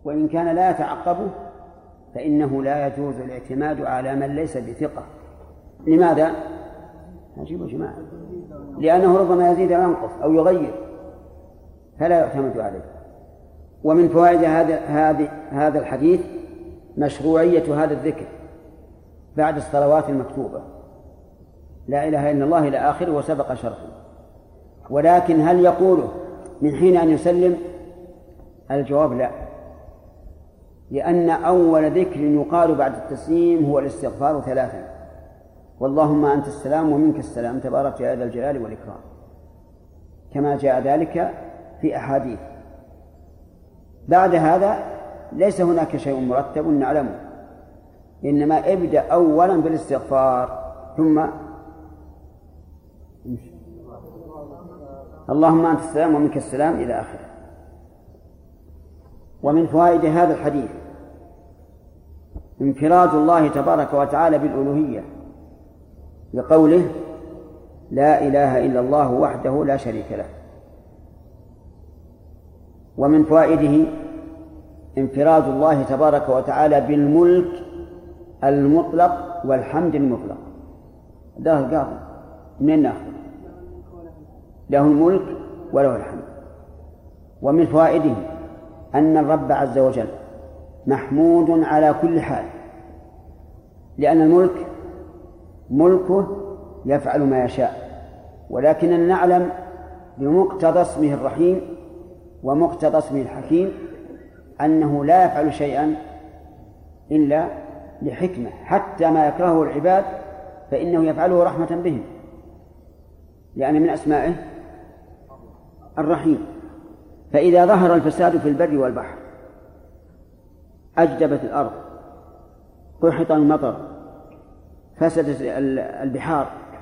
وإن كان لا يتعقبه فإنه لا يجوز الاعتماد على من ليس بثقة. لماذا؟ عجيب يا جماعة، لأنه ربما يزيد أو ينقص أو يغير فلا يعتمد عليه. ومن فوائد هذا الحديث مشروعية هذا الذكر بعد الصلوات المكتوبة، لا إله إلا الله إلى آخره وسبق شرحه. ولكن هل يقوله من حين أن يسلم؟ الجواب لا، لأن أول ذكر يقال بعد التسليم هو الاستغفار 3: واللهم أنت السلام ومنك السلام تبارك يا ذا الجلال والإكرام، كما جاء ذلك في أحاديث. بعد هذا ليس هناك شيء مرتب نعلمه، إنما ابدأ أولا بالاستغفار ثم اللهم أنت السلام ومنك السلام إلى آخره. ومن فوائد هذا الحديث انفراد الله تبارك وتعالى بالألوهية لقوله لا إله إلا الله وحده لا شريك له. ومن فوائده انفراد الله تبارك وتعالى بالملك المطلق والحمد المطلق. ده القاضي من ناخذ له الملك وله الحمد. ومن فوائده أن الرب عز وجل محمود على كل حال، لأن الملك ملكه يفعل ما يشاء، ولكننا نعلم بمقتضى اسمه الرحيم ومقتضى اسمه الحكيم أنه لا يفعل شيئا إلا لحكمة، حتى ما يكرهه العباد فإنه يفعله رحمة بهم، لأن من أسمائه الرحيم. فإذا ظهر الفساد في البر والبحر، أجدبت الأرض، قحط المطر، فسدت البحار،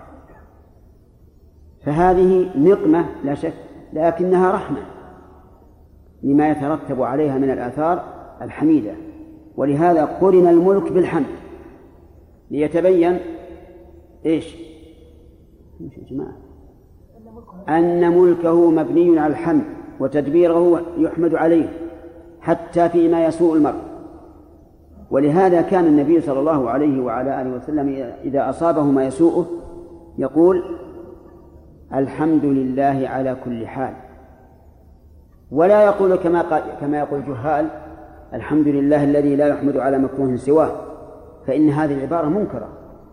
فهذه نقمة لا شك، لكنها رحمة لما يترتب عليها من الآثار الحميدة. ولهذا قرن الملك بالحمد ليتبين إيش يا جماعة؟ أن ملكه مبني على الحمد وتدبيره يحمد عليه حتى فيما يسوء المرء. ولهذا كان النبي صلى الله عليه وعلى آله وسلم إذا أصابه ما يسوءه يقول الحمد لله على كل حال، ولا يقول كما يقول الجهال الحمد لله الذي لا يحمد على مكروه سواه، فإن هذه العبارة منكرة،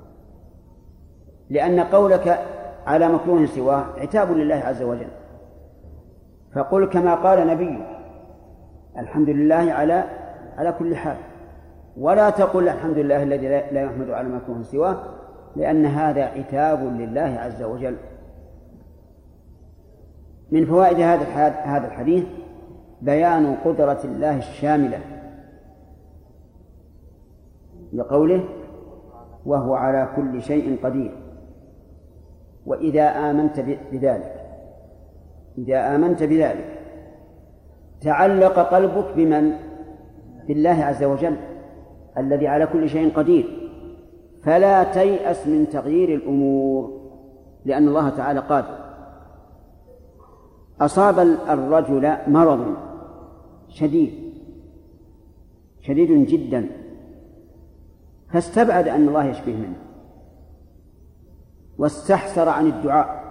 لأن قولك على مكروه سواه عتاب لله عز وجل. فقل كما قال نبي الحمد لله على كل حال، ولا تقل الحمد لله الذي لا يحمد على مكروه سواه، لأن هذا عتاب لله عز وجل. من فوائد هذا الحديث بيان قدرة الله الشاملة لقوله وهو على كل شيء قدير. وإذا آمنت بذلك تعلق قلبك بمن؟ بالله عز وجل الذي على كل شيء قدير، فلا تيأس من تغيير الأمور، لأن الله تعالى قادر. أصاب الرجل مرض شديد جدا، فاستبعد أن الله يشفيه منه واستحسر عن الدعاء.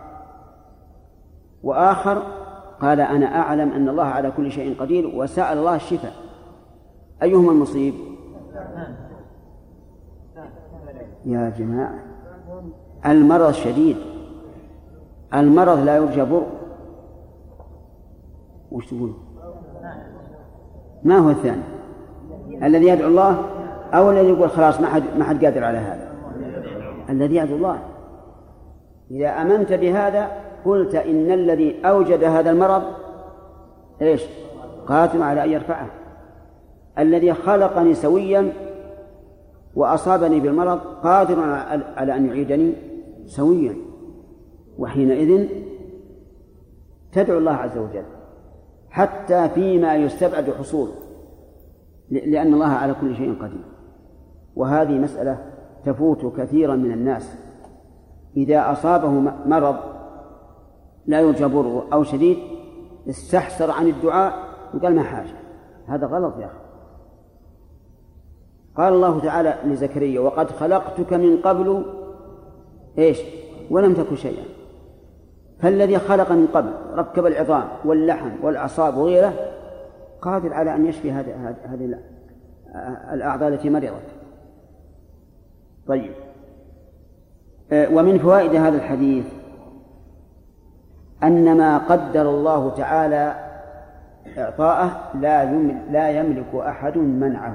وآخر قال أنا أعلم أن الله على كل شيء قدير وسأل الله الشفاء. أيهما المصيب؟ يا جماعة المرض شديد، المرض لا يرجى برء. وش تقول؟ ما هو الثاني؟ الذي يدعو الله أو الذي يقول خلاص ما حد قادر على هذا؟ الذي يدعو الله. إذا أمنت بهذا قلت إن الذي أوجد هذا المرض إيش؟ قادر على أن يرفعه. الذي خلقني سويا وأصابني بالمرض قادر على أن يعيدني سويا. وحينئذ تدعو الله عز وجل حتى فيما يستبعد حصوله، لأن الله على كل شيء قدير. وهذه مسألة تفوت كثيرا من الناس، إذا أصابه مرض لا يرجى بره أو شديد استحسر عن الدعاء وقال ما حاجة. هذا غلط يا أخي، قال الله تعالى لزكريا وقد خلقتك من قبل إيش ولم تك شيئا. فالذي خلق من قبل ركب العظام واللحم والأعصاب وغيره قادر على أن يشفي هذه الأعضاء التي مرضت. طيب، ومن فوائد هذا الحديث أن ما قدر الله تعالى إعطاءه لا يملك أحد منعه،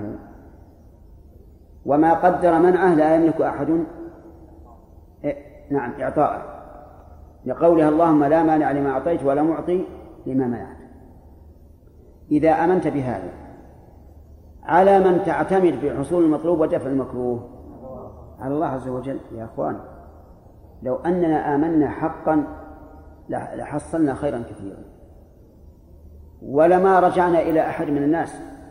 وما قدر منعه لا يملك أحد إعطاءه، لقولها اللهم لا مانع لما أعطيت ولا معطي لما منعت. إذا آمنت بهذا على من تعتمد في حصول المطلوب ودفع المكروه؟ على الله عز وجل. يا أخوان، لو أننا آمنا حقا لحصلنا خيرا كثيرا، ولما رجعنا إلى أحد من الناس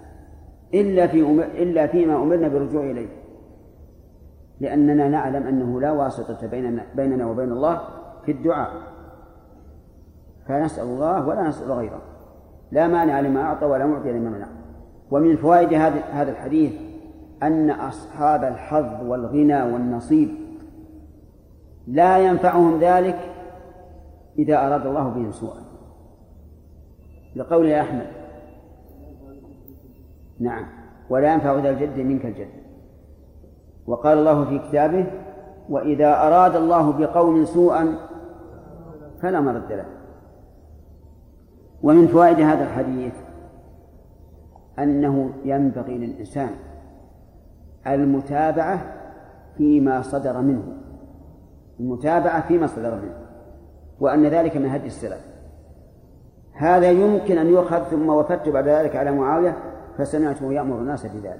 إلا فيما أمرنا بالرجوع إليه، لأننا نعلم أنه لا واسطة بيننا وبين الله في الدعاء، فنسأل الله ولا نسأل غيره، لا مانع لما أعطى ولا معطي لما منع. ومن فوائد هذا الحديث أن أصحاب الحظ والغنى والنصيب لا ينفعهم ذلك إذا أراد الله بهم سوءا، لقول أحمد نعم ولا ينفع ذا الجد منك الجد. وقال الله في كتابه وإذا أراد الله بقوم سوءا فلا مرد له. ومن فوائد هذا الحديث أنه ينبغي للإنسان المتابعة فيما صدر منه، وأن ذلك من هدي السلف. هذا يمكن أن يؤخذ ثم وفدت بعد ذلك على معاوية فسمعته يأمر الناس بذلك.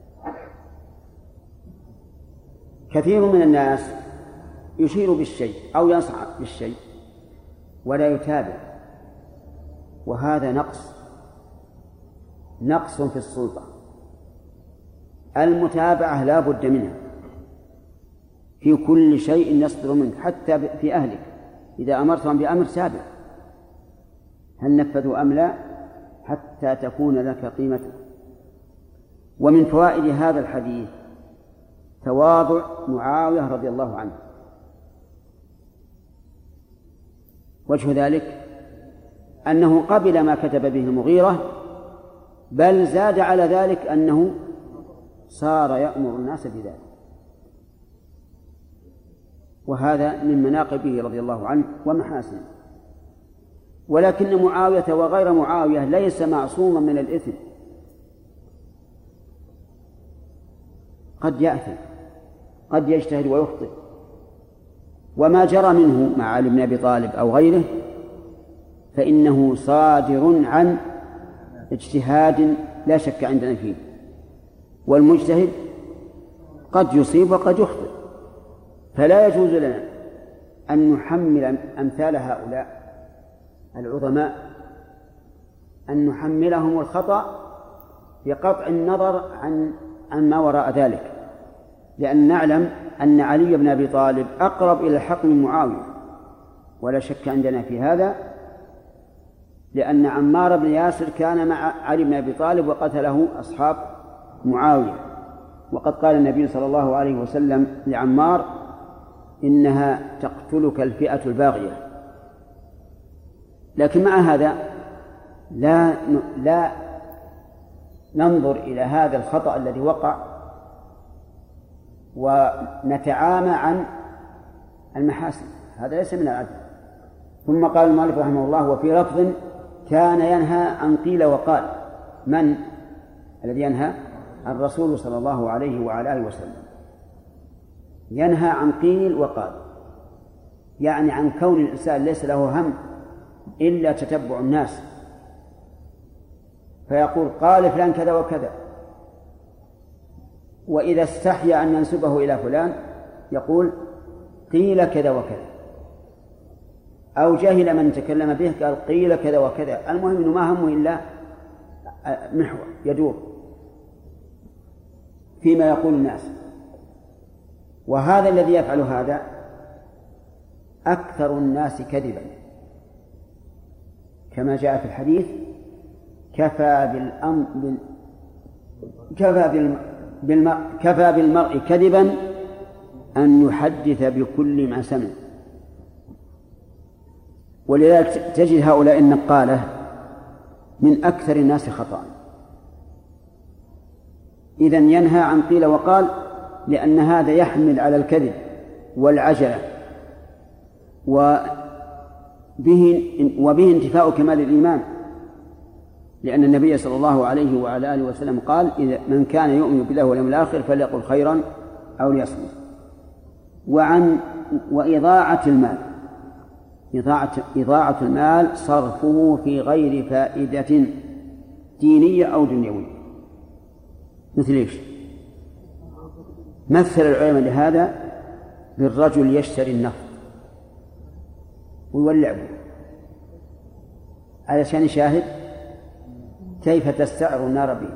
كثير من الناس يشير بالشيء أو ينصح بالشيء ولا يتابع، وهذا نقص في السلطة. المتابعة لا بد منها في كل شيء يصدر منك، حتى في أهلك إذا أمرتهم بأمر سابق هل نفذوا أم لا، حتى تكون لك قيمته. ومن فوائد هذا الحديث تواضع معاوية رضي الله عنه. وجه ذلك أنه قبل ما كتب به المغيرة، بل زاد على ذلك أنه صار يأمر الناس بذلك، وهذا من مناقبه رضي الله عنه ومحاسنه. ولكن معاوية وغير معاوية ليس معصوما من الإثم، قد يأثم، قد يجتهد ويخطئ. وما جرى منه مع علي بن أبي طالب أو غيره فإنه صادر عن اجتهاد لا شك عندنا فيه، والمجتهد قد يصيب وقد يخطئ، فلا يجوز لنا أن نحمل أمثال هؤلاء العظماء أن نحملهم الخطأ بقطع النظر عن ما وراء ذلك، لأن نعلم أن علي بن أبي طالب أقرب إلى الحق من معاوية، ولا شك عندنا في هذا، لأن عمار بن ياسر كان مع علي بن أبي طالب وقتله أصحاب معاوية، وقد قال النبي صلى الله عليه وسلم لعمار إنها تقتلك الفئة الباغية. لكن مع هذا لا ننظر إلى هذا الخطأ الذي وقع ونتعامى عن المحاسن، هذا ليس من العدل. ثم قال المؤلف رحمه الله وفي لفظ كان ينهى عن قيل وقال. من الذي ينهى؟ الرسول صلى الله عليه وعلى آله وسلم، ينهى عن قيل وقال، يعني عن كون الإنسان ليس له هم إلا تتبع الناس، فيقول قال فلان كذا وكذا، وإذا استحيا أن ينسبه إلى فلان يقول قيل كذا وكذا، أو جهل من تكلم به قال قيل كذا وكذا. المهم أنه ما همه إلا محور يدور فيما يقول الناس. وهذا الذي يفعل هذا أكثر الناس كذبا، كما جاء في الحديث كفى كفى بالمرء كذبا أن يحدث بكل ما سمع. ولذلك تجد هؤلاء النقالة من أكثر الناس خطأ. إذن ينهى عن قيل وقال، لأن هذا يحمل على الكذب والعجلة، وبه انتفاء كمال الإيمان، لأن النبي صلى الله عليه وعلى آله وسلم قال: إذا من كان يؤمن بالله واليوم الآخر فليقل خيرا أو ليصمت. وإضاعة المال، إضاعة المال صرفه في غير فائدة دينية أو دنيوية. مثل إيش؟ مثل العلماء لهذا بالرجل يشتري النفط ويولع به علشان يشاهد كيف تستعر النار به.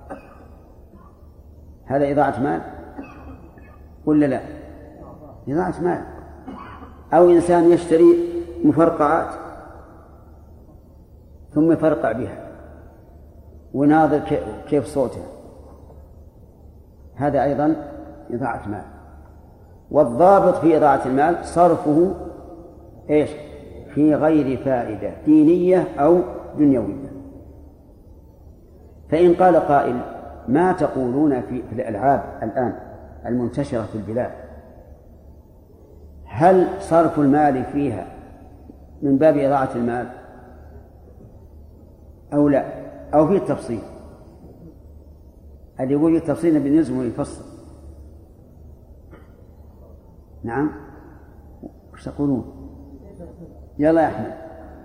هذا إضاعة مال ولا لا؟ إضاعة مال. أو إنسان يشتري مفرقعات ثم يفرقع بها وناظر كيف صوتها، هذا أيضا إضاعة مال. والضابط في إضاعة المال صرفه إيش؟ في غير فائدة دينية أو دنيوية. فإن قال قائل: ما تقولون في الألعاب الآن المنتشرة في البلاد، هل صرف المال فيها من باب إضاعة المال أو لا؟ أو فيه التفصيل؟ اللي يقول التفصيل بنلزم ويفصل. نعم، وش تقولون؟ يلا يا أحمد.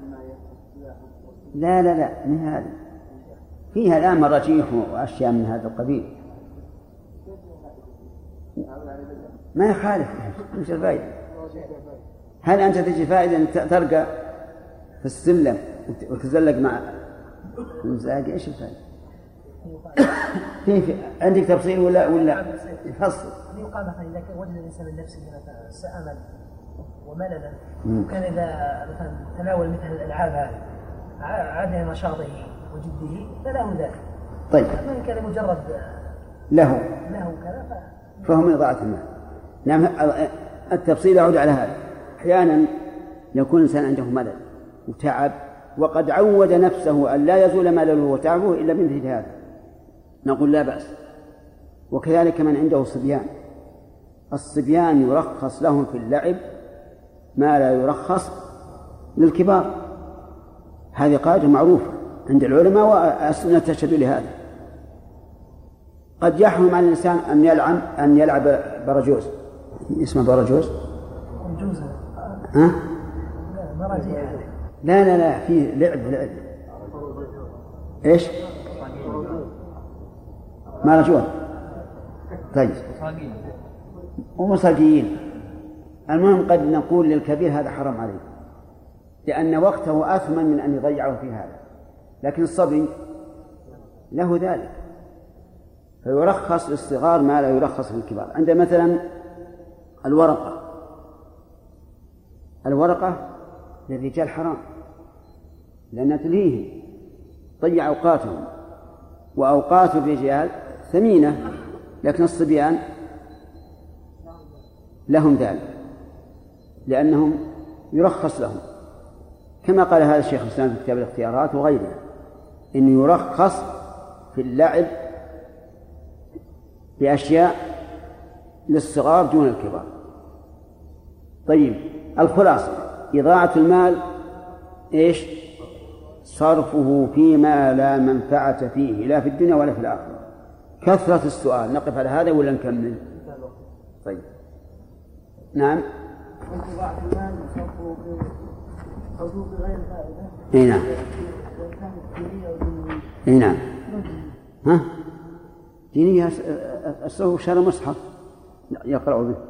لا لا لا، من هذا فيها الآن مراجيح وأشياء من هذا القبيل، ما يخالف. مش الفائدة؟ هل أنت تجي فائدة أن ترقى في السلم وتزلق مع المزاج؟ إيش الفائدة؟ عندك تفصيل ولا يفصل؟ يقال مثلا إذا كان وجد الإنسان من نفسه أمل ومللا، وكان إذا مثلا تناول مثل الألعاب هذه عاد نشاطه وجده فله ذلك. طيب، من كان مجرد له كذا فهو من إضاعة المال. نعم، التفصيل يعود على هذا. أحيانا يكون الإنسان عنده ملل وتعب وقد عود نفسه أن لا يزول ملله وتعبه إلا بمثل هذا، نقول لا بأس. وكذلك من عنده صبيان، الصبيان يرخص لهم في اللعب ما لا يرخص للكبار، هذه قاعدة معروفة عند العلماء والسنة تشهد لهذا. قد يحرم على الإنسان أن يلعب برجوز، اسمه برجوز؟ ها؟ لا لا لا، في لعب إيش؟ مرجوز. طيب، ومصاقيين. المهم قد نقول للكبير هذا حرام عليه لأن وقته أثمن من أن يضيعه في هذا، لكن الصبي له ذلك، فيرخص للصغار ما لا يرخص للكبار. عند مثلا الورقة للرجال حرام لأنها تلهيهم، تضيع أوقاتهم، وأوقات الرجال ثمينة، لكن الصبيان لهم ذلك لأنهم يرخص لهم، كما قال هذا الشيخ الإسلام في كتاب الاختيارات وغيره، إنه يرخص في اللعب بأشياء للصغار دون الكبار. طيب، الخلاصة إضاعة المال إيش؟ صرفه فيما لا منفعة فيه لا في الدنيا ولا في الآخرة. كثرة السؤال، نقف على هذا ولا نكمل؟ طيب، نعم. إضاعة المال صرفه في حدود غير فائدة. إي نعم. إي نعم. ها؟ دينية، الصوف شرى مصحف يقرأ به،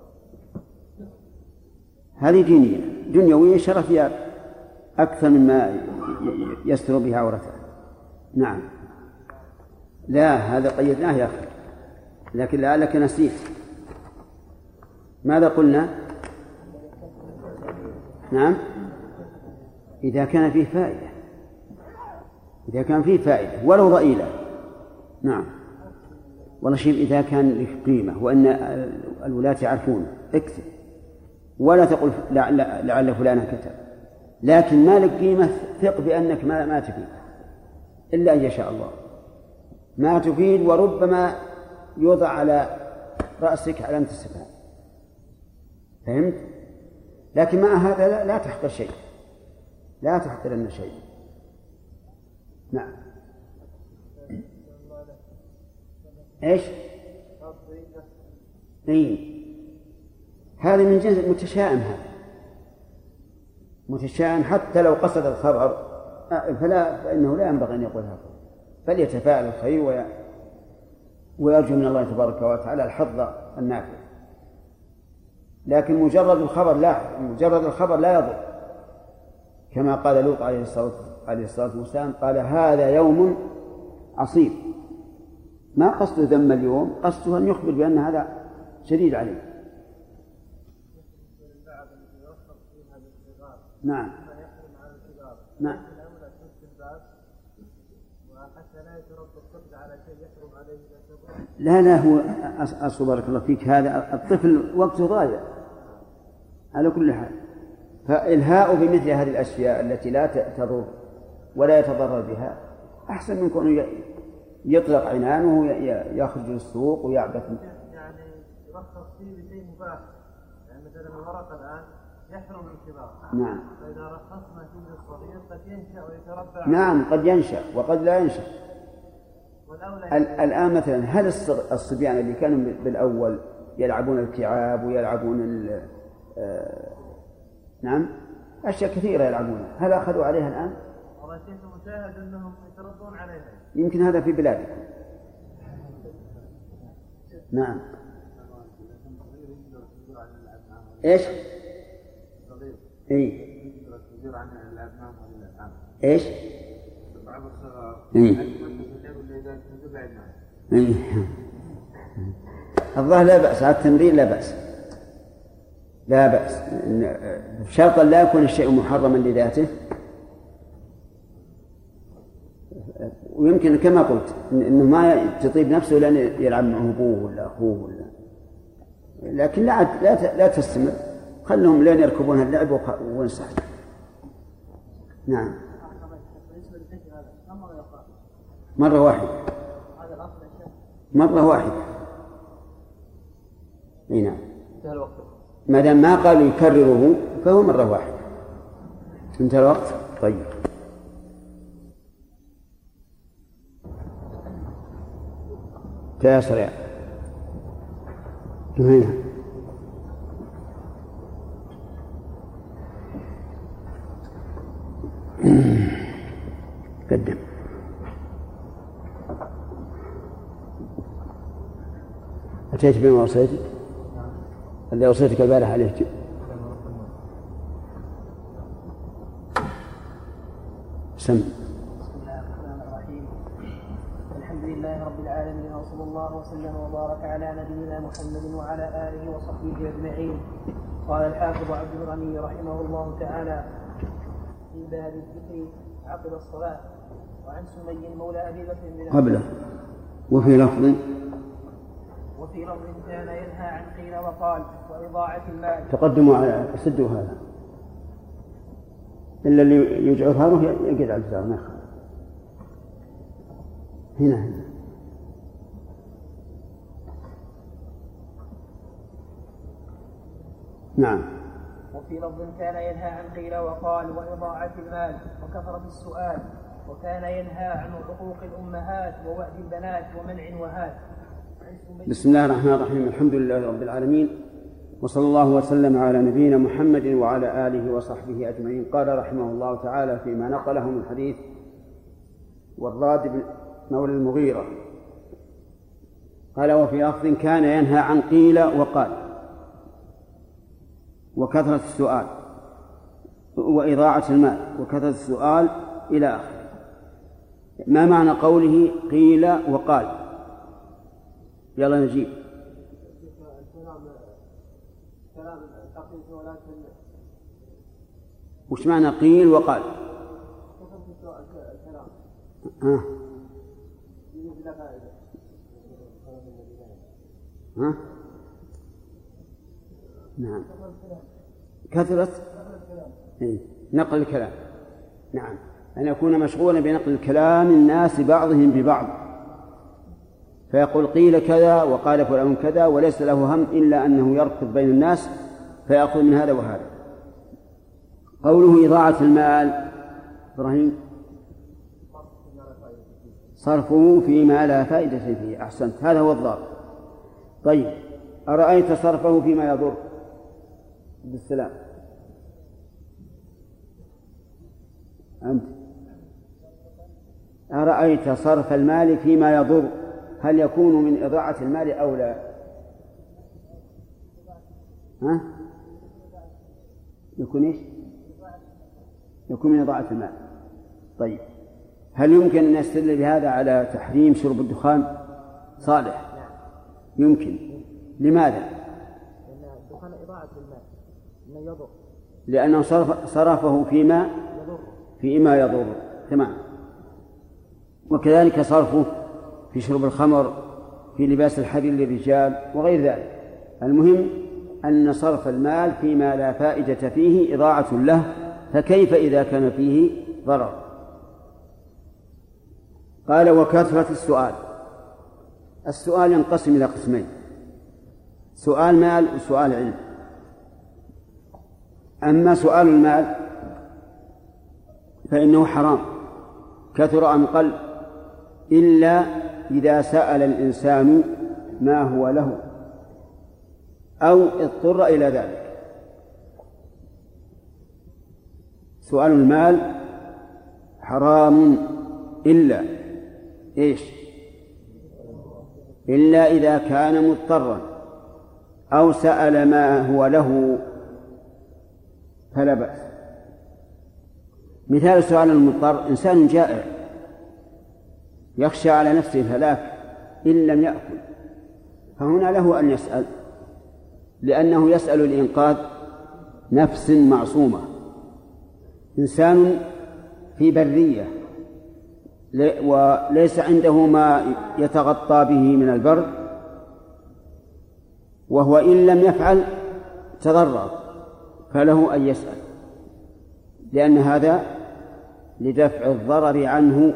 هذه دينية. دنيوية شرى فيها أكثر مما يستر بها عورته. نعم. لا، هذا قيدناه يا أخي، لكن لعلك نسيت. ماذا قلنا؟ نعم، إذا كان فيه فائدة، إذا كان فيه فائدة ولو ضئيلة. نعم. والله شيء إذا كان لك قيمة وأن الولاة يعرفون اكتب، ولا تقل لعل فلانا كتب، لكن ما لك قيمة ثق بأنك ما تفيد إلا أن يشاء الله، ما تفيد، وربما يوضع على رأسك علامة استفهام. فهمت؟ لكن مع هذا لا تحقر شيء، لا تحقرن شيء. نعم. ايش؟ هذا من جنس المتشائم، هذا متشائم حتى لو قصد الخبر فإنه لا ينبغي أن يقول هذا، فليتفاءل الخير ويرجو من الله تبارك وتعالى الحظ النافع. لكن مجرد الخبر لا يضر، كما قال لوط عليه الصلاة والسلام، قال هذا يوم عصيب، ما قصده ذم اليوم، قصده أن يخبر بأن هذا شديد عليه. نعم نعم. لا هو أصل بارك الله فيك، هذا الطفل وقته ضايع على كل حال، فإلهاء بمثل هذه الأشياء التي لا تضر ولا يتضرر بها أحسن من كونه يطلق عنانه يخرج للسوق ويعبث. يعني يرخص فيه بشيء مباح، يعني مثلا الورق الآن يحرم الكبار. نعم. فإذا رخصنا فيه الصغير قد ينشأ ويتربع. نعم قد ينشأ وقد لا ينشأ. الآن مثلا هل الصبيان اللي كانوا بالأول يلعبون الكعاب ويلعبون نعم أشياء كثيرة يلعبونها، هل أخذوا عليها الآن؟ والله شيء مشاهد أنهم يتربون عليها. يمكن هذا في بلادكم. نعم. إيش؟ إيش؟ الظاهر لا بأس، على التمرين لا بأس، لا بأس، شرطا لا يكون الشيء محرما لذاته. ويمكن كما قلت إنه ما تطيب نفسه لأن يلعب معه أبوه ولا أخوه ولا، لكن لا تستمر، خلهم لين يركبون اللعب ونصح. نعم. مرة واحدة. مرة واحدة. نعم. ما دام ما قالوا يكرره فهو مرة واحدة. انتهى الوقت. طيب. تيسر يا هنا. قدم. أتيت بما وصيتك اللي وصيتك البارح عليه. سم. بسم الله الرحمن الرحيم. الحمد لله رب العالمين، وصلى الله وسلم وبارك على نبينا محمد وعلى آله وصحبه أجمعين. قال الحافظ عبد الغني رحمه الله تعالى في باب الذكر عقب الصلاة. وعن سمي مولى أبي بكر قبله. وفي لفظ كان ينهى عن قيل وقال وإضاعة المال. تقدموا على سدوا هذا، إلا اللي يجعل هذا يقعد على الجدار ما يخالف. هنا نعم. وفي لفظ كان ينهى عن قيل وقال وإضاعة المال وكثرة السؤال. وكان ينهى عن حقوق الأمهات ووأد البنات ومنع وهات. بسم الله الرحمن الرحيم. الحمد لله رب العالمين، وصلى الله وسلم على نبينا محمد وعلى آله وصحبه أجمعين. قال رحمه الله تعالى فيما نقله من حديث والراد بن مولى المغيرة قال وفي لفظ كان ينهى عن قيل وقال وكثرة السؤال وإضاعة المال وكثرة السؤال إلى آخره. ما معنى قوله قيل وقال؟ يلا نجيب. وش معنى قيل وقال؟ ها؟ نعم، كثرة نقل الكلام. نعم، أن يكون مشغولا بنقل الكلام الناس بعضهم ببعض، فيقول قيل كذا وقال فلان كذا، وليس له هم إلا أنه يركض بين الناس فيأخذ من هذا وهذا. قوله إضاعة المال، إبراهيم، صرفه فيما لا فائدة فيه. أحسنت، هذا هو الضابط. طيب، أرأيت صرفه فيما يضر؟ بالسلام. أنت أرأيت صرف المال فيما يضر هل يكون من إضاعة المال أو لا؟ ها؟ يكون إيش؟ يكون من إضاعة المال. طيب، هل يمكن أن نستدل بهذا على تحريم شرب الدخان؟ صالح، يمكن. لماذا؟ لأن الدخان إضاعة المال، إنه يضر، لأنه صرفه فيما يضر. تمام. وكذلك صرفه في شرب الخمر، في لباس الحرير للرجال وغير ذلك. المهم أن صرف المال فيما لا فائدة فيه إضاعة له، فكيف إذا كان فيه ضرر؟ قال وكثرة السؤال. السؤال ينقسم إلى قسمين: سؤال مال وسؤال علم. أما سؤال المال فإنه حرام كثر أم قل، إلا إذا سأل الإنسان ما هو له أو اضطر إلى ذلك. سؤال المال حرام إلا إيش؟ إلا إذا كان مضطرا أو سأل ما هو له فلا بأس. مثال سؤال المضطر: إنسان جائع يخشى على نفسه الهلاك إن لم يأكل، فهنا له أن يسأل، لأنه يسأل لإنقاذ نفس معصومة. إنسان في برية وليس عنده ما يتغطى به من البرد، وهو إن لم يفعل تضرر، فله أن يسأل، لأن هذا لدفع الضرر عنه.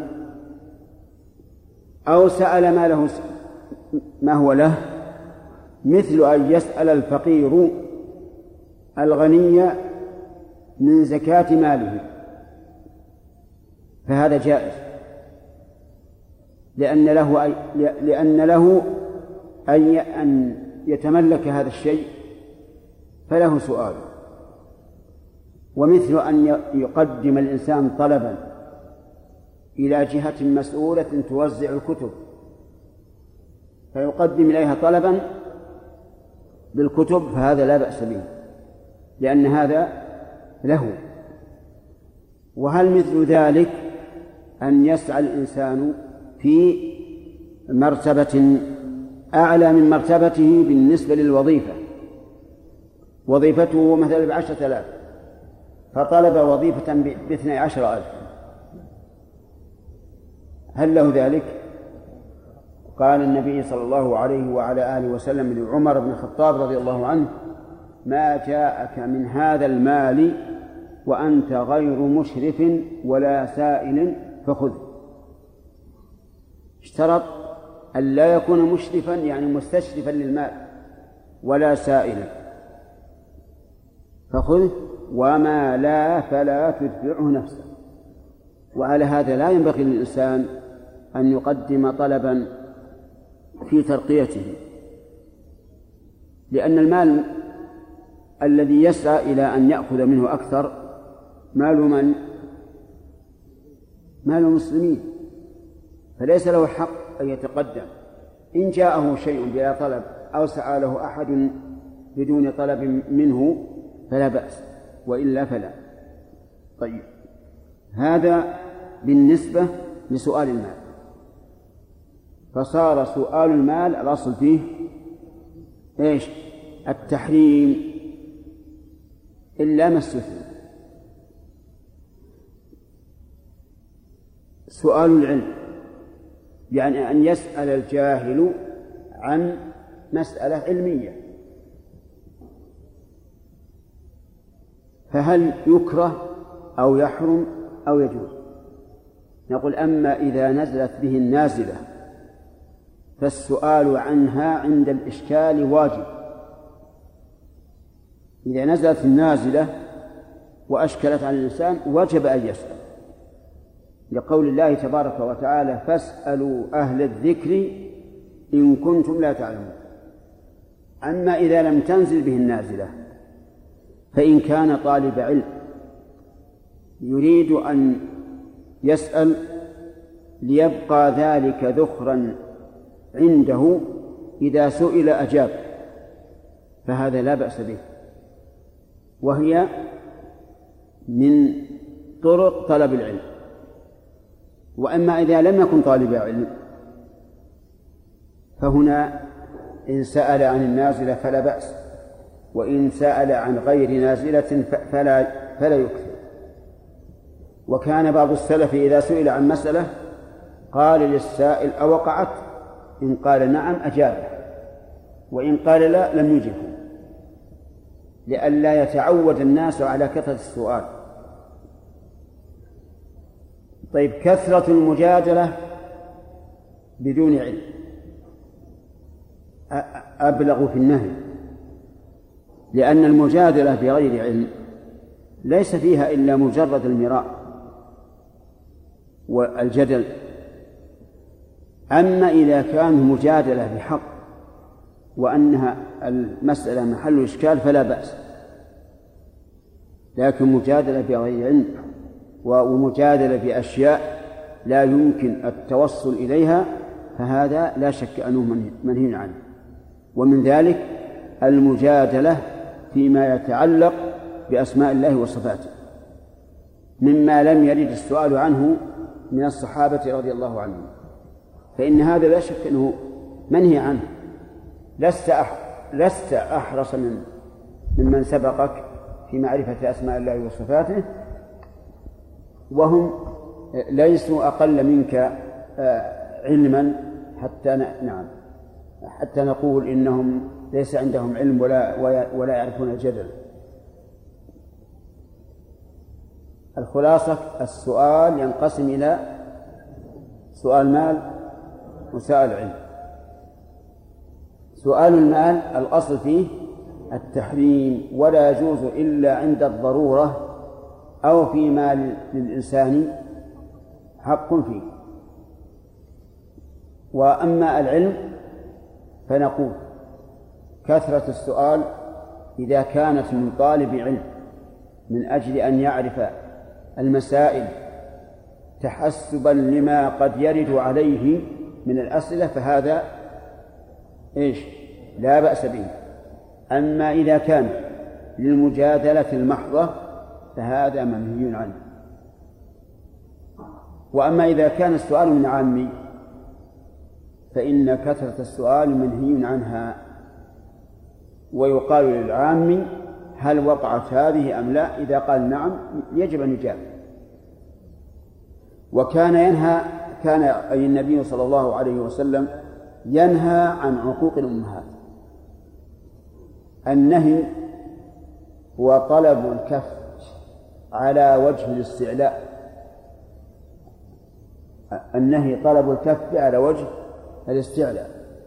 أو سأل ما هو له، مثل أن يسأل الفقير الغني من زكاة ماله، فهذا جائز، لأن له أن يتملك هذا الشيء، فله سؤال. ومثل أن يقدم الإنسان طلبا إلى جهة مسؤولة توزع الكتب، فيقدم إليها طلبا بالكتب، فهذا لا بأس به، لأن هذا له. وهل مثل ذلك أن يسعى الإنسان في مرتبة أعلى من مرتبته بالنسبة للوظيفة، وظيفته مثلا ب10,000 فطلب وظيفة ب12,000، هل له ذلك؟ قال النبي صلى الله عليه وعلى آله وسلم لعمر بن الخطاب رضي الله عنه: ما جاءك من هذا المال وأنت غير مشرف ولا سائل فخذ. اشترط أن لا يكون مشرفا يعني مستشرفا للمال ولا سائلا، فخذ، وما لا فلا تتبعه نفسه. وعلى هذا لا ينبغي للإنسان أن يقدم طلبا في ترقيته، لأن المال الذي يسعى إلى أن يأخذ منه أكثر مال من؟ مال المسلمين، فليس له حق أن يتقدم. إن جاءه شيء بلا طلب أو سعى له أحد بدون طلب منه فلا بأس، وإلا فلا. طيب، هذا بالنسبة لسؤال المال. فصار سؤال المال الأصل فيه إيش؟ التحريم إلا ما استثنى. سؤال العلم يعني أن يسأل الجاهل عن مسألة علمية، فهل يكره أو يحرم أو يجوز؟ نقول أما إذا نزلت به النازلة فالسؤال عنها عند الإشكال واجب. إذا نزلت النازلة وأشكلت على الإنسان وجب أن يسأل، لقول الله تبارك وتعالى: فاسألوا أهل الذكر إن كنتم لا تعلمون. أما إذا لم تنزل به النازلة فإن كان طالب علم يريد أن يسأل ليبقى ذلك ذخرا عنده، إذا سئل أجاب، فهذا لا بأس به، وهي من طرق طلب العلم. وأما إذا لم يكن طالب علم فهنا إن سأل عن النازلة فلا بأس، وإن سأل عن غير نازلة فلا يكثر. وكان بعض السلف إذا سئل عن مسألة قال للسائل: أوقعت؟ إن قال نعم أجابه، وإن قال لا لم يجبه، لئلا يتعود الناس على كثرة السؤال. طيب، كثرة المجادلة بدون علم أبلغ في النهي، لأن المجادلة بغير علم ليس فيها إلا مجرد المراء والجدل. أما إذا كان مجادلة بحق وأنها المسألة محل إشكال فلا بأس، لكن مجادلة بغير علم ومجادلة بأشياء لا يمكن التوصل إليها فهذا لا شك أنه منهي عنه. ومن ذلك المجادلة فيما يتعلق بأسماء الله وصفاته، مما لم يرد السؤال عنه من الصحابة رضي الله عنهم، فإن هذا لا شك أنه منهي عنه. لست أحرص ممن سبقك في معرفة أسماء الله وصفاته، وهم ليسوا أقل منك علما حتى نقول إنهم ليس عندهم علم ولا يعرفون الجدل. الخلاصة: السؤال ينقسم إلى سؤال مال وسؤال علم. سؤال المال الأصل فيه التحريم، ولا يجوز إلا عند الضرورة أو فيما للإنسان حق فيه. وأما العلم فنقول كثرة السؤال إذا كانت من طالب علم من أجل أن يعرف المسائل تحسبا لما قد يرد عليه من الأسئلة فهذا لا بأس به. أما إذا كان للمجادلة المحضة فهذا منهي عنه. وأما إذا كان السؤال من عامي فإن كثرة السؤال منهي عنها، ويقال للعامي: هل وقعت هذه أم لا؟ إذا قال نعم يجب أن يجاب. وكان أي النبي صلى الله عليه وسلم ينهى عن عقوق الأمهات. النهي هو طلب الكف على وجه الاستعلاء. النهي طلب الكف على وجه الاستعلاء.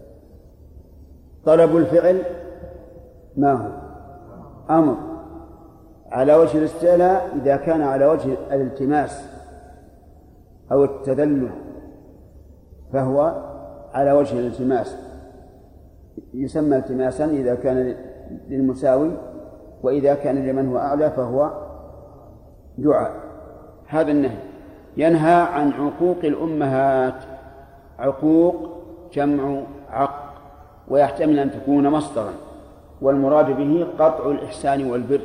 طلب الفعل ما هو؟ أمر على وجه الاستعلاء إذا كان على وجه الالتماس أو التذلل فهو على وجه الالتماس، يسمى التماسا إذا كان للمساوي، وإذا كان لمن هو أعلى فهو دعاء. هذا النهي. ينهى عن عقوق الأمهات. عقوق جمع عق، ويحتمل أن تكون مصدرا، والمراد به قطع الإحسان والبر،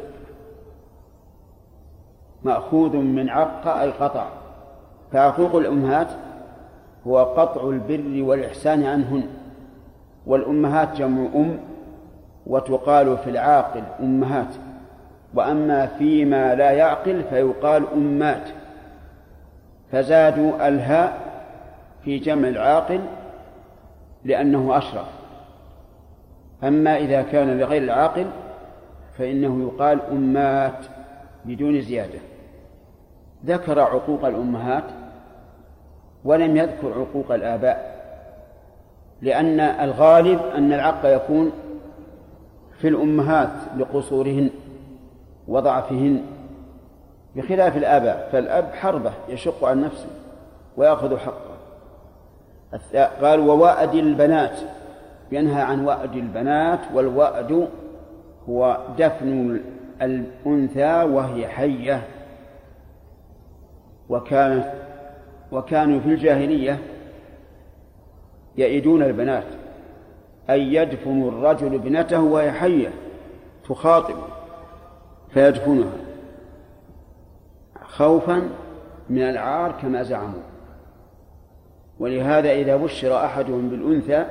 مأخوذ من عق أي قطع. فعقوق الأمهات هو قطع البر والإحسان عنهن، والأمهات جمع وتقال في العاقل أمهات، وأما فيما لا يعقل فيقال أمات، فزادوا الهاء في جمع العاقل لأنه أشرف، أما إذا كان لغير العاقل فإنه يقال أمات بدون زيادة. ذكر عقوق الأمهات ولم يذكر عقوق الآباء، لأن الغالب أن العق يكون في الأمهات لقصورهن وضعفهن، بخلاف الآباء، فالأب حربة يشق عن نفسه ويأخذ حقه. قال ووأد البنات، ينهى عن وأد البنات، والوأد هو دفن الأنثى وهي حية. وكانوا في الجاهلية يئدون البنات، أي يدفن الرجل ابنته وهي حية تخاطب فيدفنها خوفا من العار كما زعموا. ولهذا إذا بشر أحدهم بالأنثى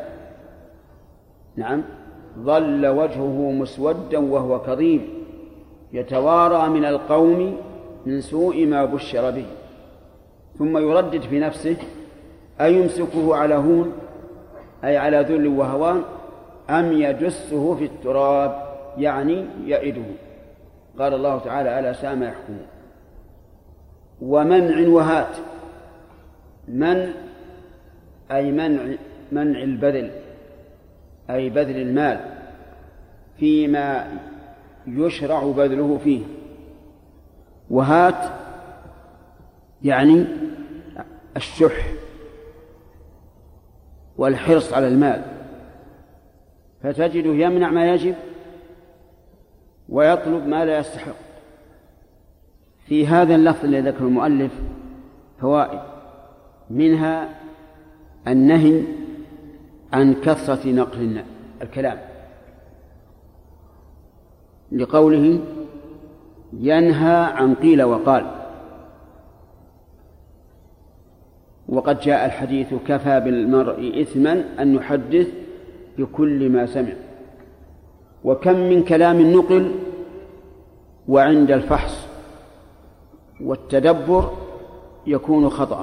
ظل وجهه مسودا وهو كظيم يتوارى من القوم من سوء ما بشر به، ثم يردد في نفسه أيمسكه على هون أي على ذل وهوان أم يدسه في التراب يعني يئده. قال الله تعالى ألا ساء ما يحكمون. ومنع وهات، أي منع البذل، أي بذل المال فيما يشرع بذله فيه. وهات يعني الشح والحرص على المال، فتجده يمنع ما يجب ويطلب ما لا يستحق. في هذا اللفظ الذي ذكر المؤلف فوائد، منها النهي عن كثرة نقل الكلام، لقوله ينهى عن قيل وقال. وقد جاء الحديث كفى بالمرء إثما أن يحدث بكل ما سمع. وكم من كلام نقل وعند الفحص والتدبر يكون خطأ،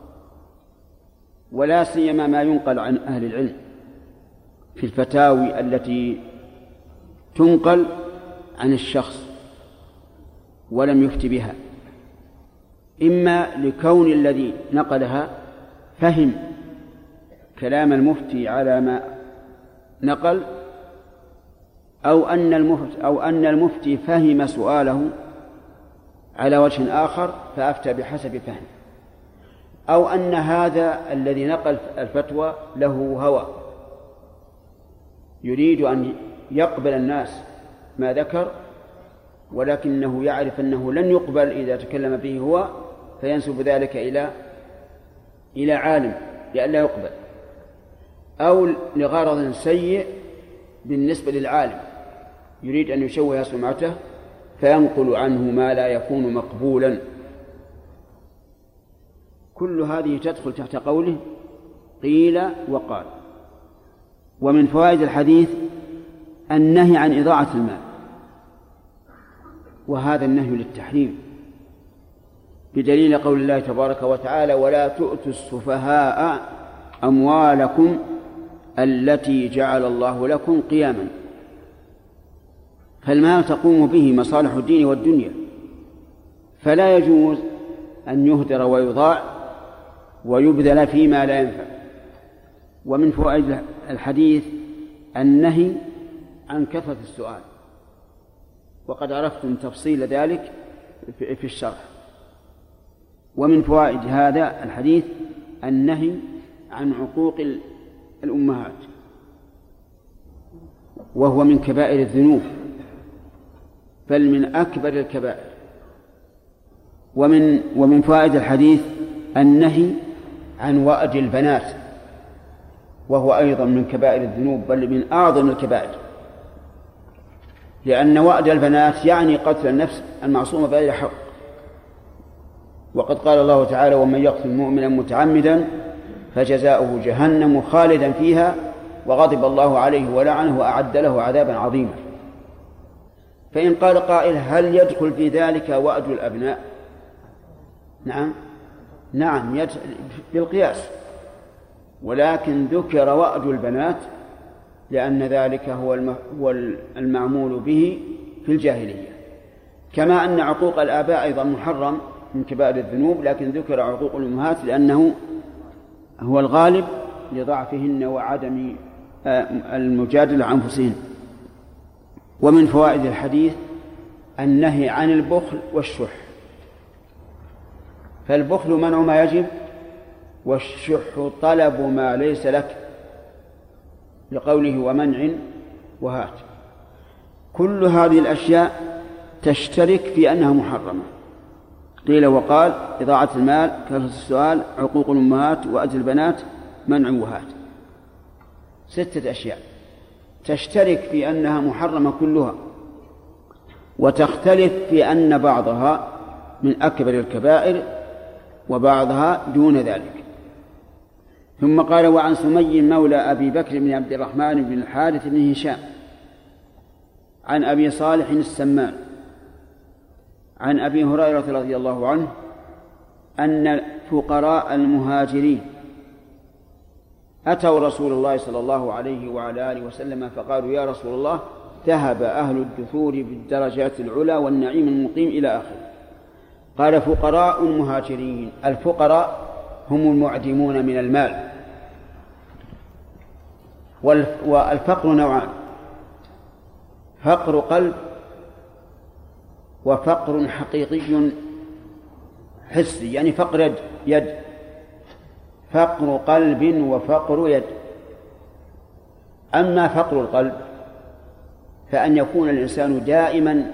ولا سيما ما ينقل عن أهل العلم في الفتاوي التي تنقل عن الشخص ولم يفتي بها، إما لكون الذي نقلها فهم كلام المفتي على ما نقل، أو أن المفتي فهم سؤاله على وجه آخر فأفتى بحسب فهمه، أو أن هذا الذي نقل الفتوى له هوى يريد أن يقبل الناس ما ذكر، ولكنه يعرف أنه لن يقبل إذا تكلم به هو، فينسب ذلك إلى عالم لئلا يقبل، أو لغرض سيء بالنسبة للعالم يريد أن يشوه سمعته فينقل عنه ما لا يكون مقبولا. كل هذه تدخل تحت قوله قيل وقال. ومن فوائد الحديث النهي عن إضاعة المال، وهذا النهي للتحريم بدليل قول الله تبارك وتعالى ولا تؤتوا السفهاء أموالكم التي جعل الله لكم قياما. فالمال تقوم به مصالح الدين والدنيا، فلا يجوز أن يهدر ويضاع ويبذل فيما لا ينفع. ومن فوائد الحديث النهي عن كثرة السؤال، وقد عرفتم تفصيل ذلك في الشرح. ومن فوائد هذا الحديث النهي عن عقوق الأمهات، وهو من كبائر الذنوب بل من أكبر الكبائر. ومن فوائد الحديث النهي عن وأد البنات، وهو أيضا من كبائر الذنوب بل من أعظم الكبائر، لأن وأد البنات يعني قتل النفس المعصومة بغير حق. وقد قال الله تعالى ومن يقتل مؤمنا متعمدا فجزاؤه جهنم خالدا فيها وغضب الله عليه ولعنه وأعد له عذابا عظيما. فإن قال قائل هل يدخل في ذلك وأد الأبناء؟ نعم بالقياس، ولكن ذكر وأد البنات لأن ذلك هو المعمول به في الجاهلية. كما أن عقوق الآباء أيضا محرم من كبائر الذنوب، لكن ذكر عقوق الأمهات لأنه هو الغالب لضعفهن وعدم المجادلة عن أنفسهن. ومن فوائد الحديث النهي عن البخل والشح، فالبخل منع ما يجب، والشح طلب ما ليس لك، لقوله ومنع وهات. كل هذه الأشياء تشترك في أنها محرمة. قيل وقال: إضاعة المال، كثرة السؤال، عقوق الأمهات، وأذى البنات، منع وهات. 6 أشياء تشترك في أنها محرمة كلها، وتختلف في أن بعضها من أكبر الكبائر وبعضها دون ذلك. ثم قال: وعن سمي مولى أبي بكر بن عبد الرحمن بن الحارث بن هشام عن أبي صالح السمان عن أبي هريرة رضي الله عنه أن فقراء المهاجرين أتوا رسول الله صلى الله عليه وعلى آله وسلم فقالوا: يا رسول الله، ذهب أهل الدثور بالدرجات العلى والنعيم المقيم إلى آخره. قال: فقراء المهاجرين. الفقراء هم المعدمون من المال، والفقر نوعان: فقر قلب وفقر حقيقي حسي، يعني فقر يد. فقر قلب وفقر يد. أما فقر القلب فأن يكون الإنسان دائما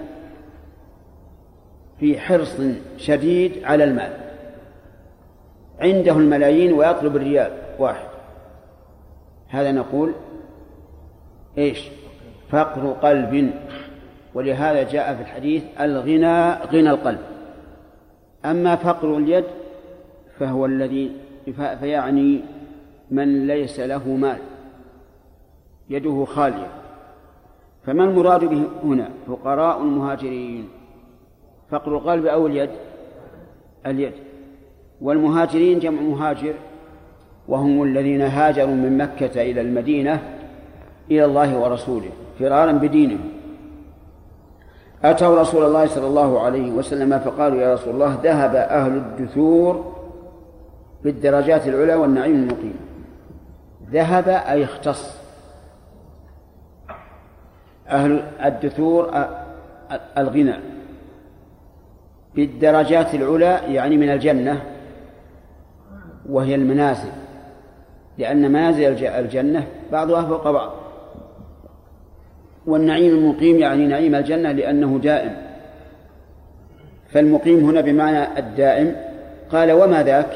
في حرص شديد على المال، عنده الملايين ويطلب الريال واحد، هذا نقول إيش؟ فقر قلب. ولهذا جاء في الحديث: الغنى غنى القلب. أما فقر اليد فهو الذي فيعني من ليس له مال، يده خالية. فما المراد به هنا؟ فقراء المهاجرين. فقر القلب أو اليد؟ اليد. والمهاجرين جمع مهاجر، وهم الذين هاجروا من مكة إلى المدينة إلى الله ورسوله فرارا بدينهم. أتوا رسول الله صلى الله عليه وسلم فقالوا: يا رسول الله، ذهب أهل الدثور بالدرجات العلى والنعيم المقيم. ذهب أي اختص. أهل الدثور الغنى، بالدرجات العلى يعني من الجنة، وهي المنازل، لأن منازل الجنة بعضها فوق بعض. والنعيم المقيم يعني نعيم الجنة لأنه دائم، فالمقيم هنا بمعنى الدائم. قال: وما ذاك؟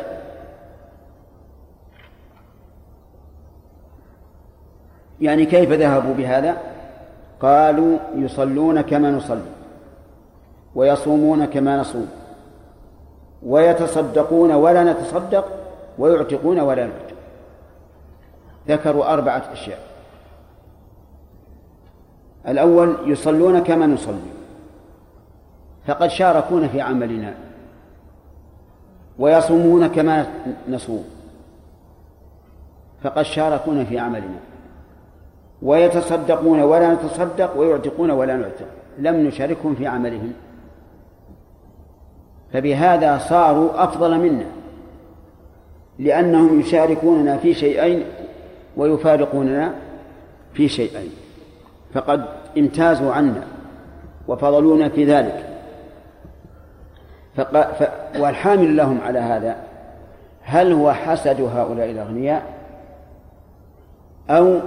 يعني كيف ذهبوا بهذا؟ قالوا: يصلون كما نصلي، ويصومون كما نصوم، ويتصدقون ولا نتصدق، ويعتقون ولا نعتق. ذكروا 4 أشياء. الأول: يصلون كما نصلي، فقد شاركون في عملنا. ويصومون كما نصوم، فقد شاركون في عملنا. ويتصدقون ولا نتصدق، ويعتقون ولا نعتق، لم نشاركهم في عملهم، فبهذا صاروا أفضل منا، لأنهم يشاركوننا في شيئين ويفارقوننا في شيئين، فقد امتازوا عنا وفضلونا في ذلك. والحامل لهم على هذا هل هو حسد هؤلاء الأغنياء أو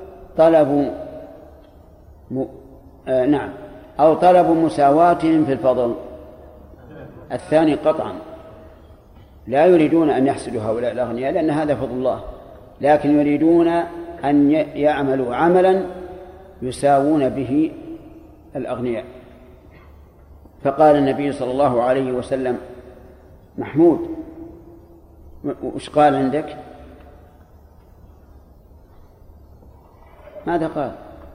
طلب مساواتهم في الفضل؟ الثاني قطعا. لا يريدون أن يحسدوا هؤلاء الأغنياء لأن هذا فضل الله، لكن يريدون أن يعملوا عملا يساوون به الأغنياء. فقال النبي صلى الله عليه وسلم: محمود، وش قال عندك؟ ماذا قال؟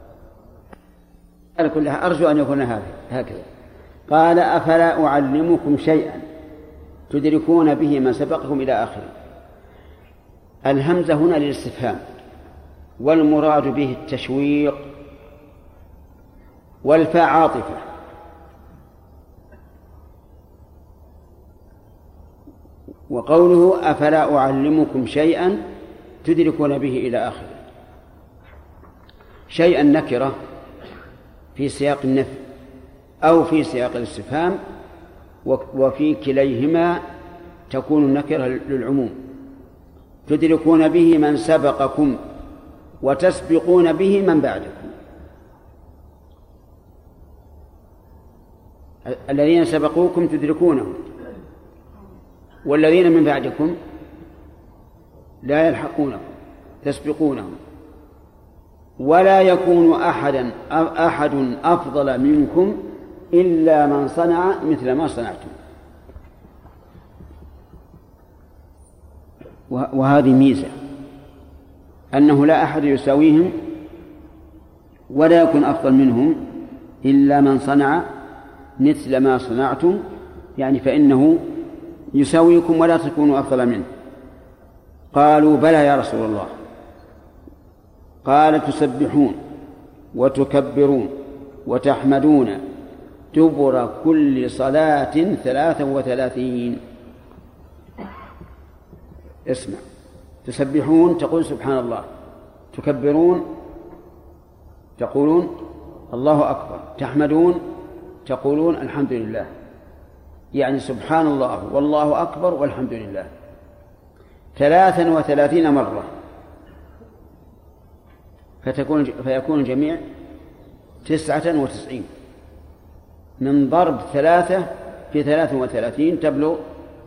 قال كلها أرجو أن يكون هكذا. قال: أفلا أعلمكم شيئا تدركون به ما سبقكم إلى آخره. الهمزة هنا للاستفهام، والمراد به التشويق، والفاء عاطفة. وقوله أفلا أعلمكم شيئا تدركون به إلى آخره. شيئا نكرة في سياق النفي أو في سياق الاستفهام، وفي كليهما تكون النكرة للعموم. تدركون به من سبقكم وتسبقون به من بعدكم. الذين سبقوكم تدركونهم، والذين من بعدكم لا يلحقونهم، تسبقونهم. ولا يكون أحد أفضل منكم إلا من صنع مثل ما صنعتم. وهذه ميزة، أنه لا أحد يساويهم ولا يكون أفضل منهم إلا من صنع مثل ما صنعتم، يعني فإنه يساويكم ولا تكونوا أفضل منه. قالوا بلى يا رسول الله. قال تسبحون وتكبرون وتحمدون دبر كل صلاة 33. اسمع، تسبحون تقول سبحان الله، تكبرون تقولون الله أكبر، تحمدون تقولون الحمد لله، يعني سبحان الله والله أكبر والحمد لله 33 مرة، فيكون الجميع 99. من ضرب 3 في 33 تبلغ